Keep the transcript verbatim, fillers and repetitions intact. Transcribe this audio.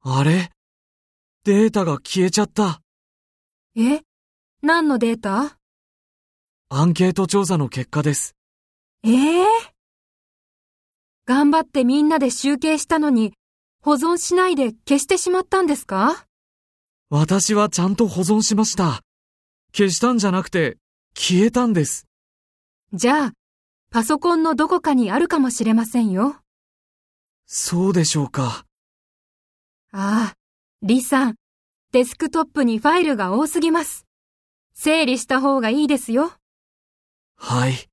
あれ？データが消えちゃった。 え？何のデータ？ アンケート調査の結果です。 ええー、頑張ってみんなで集計したのに、保存しないで消してしまったんですか？ 私はちゃんと保存しました。消したんじゃなくて、消えたんです。 じゃあ、パソコンのどこかにあるかもしれませんよ。 そうでしょうか。 ああ、リさん、デスクトップにファイルが多すぎます。整理した方がいいですよ。 はい。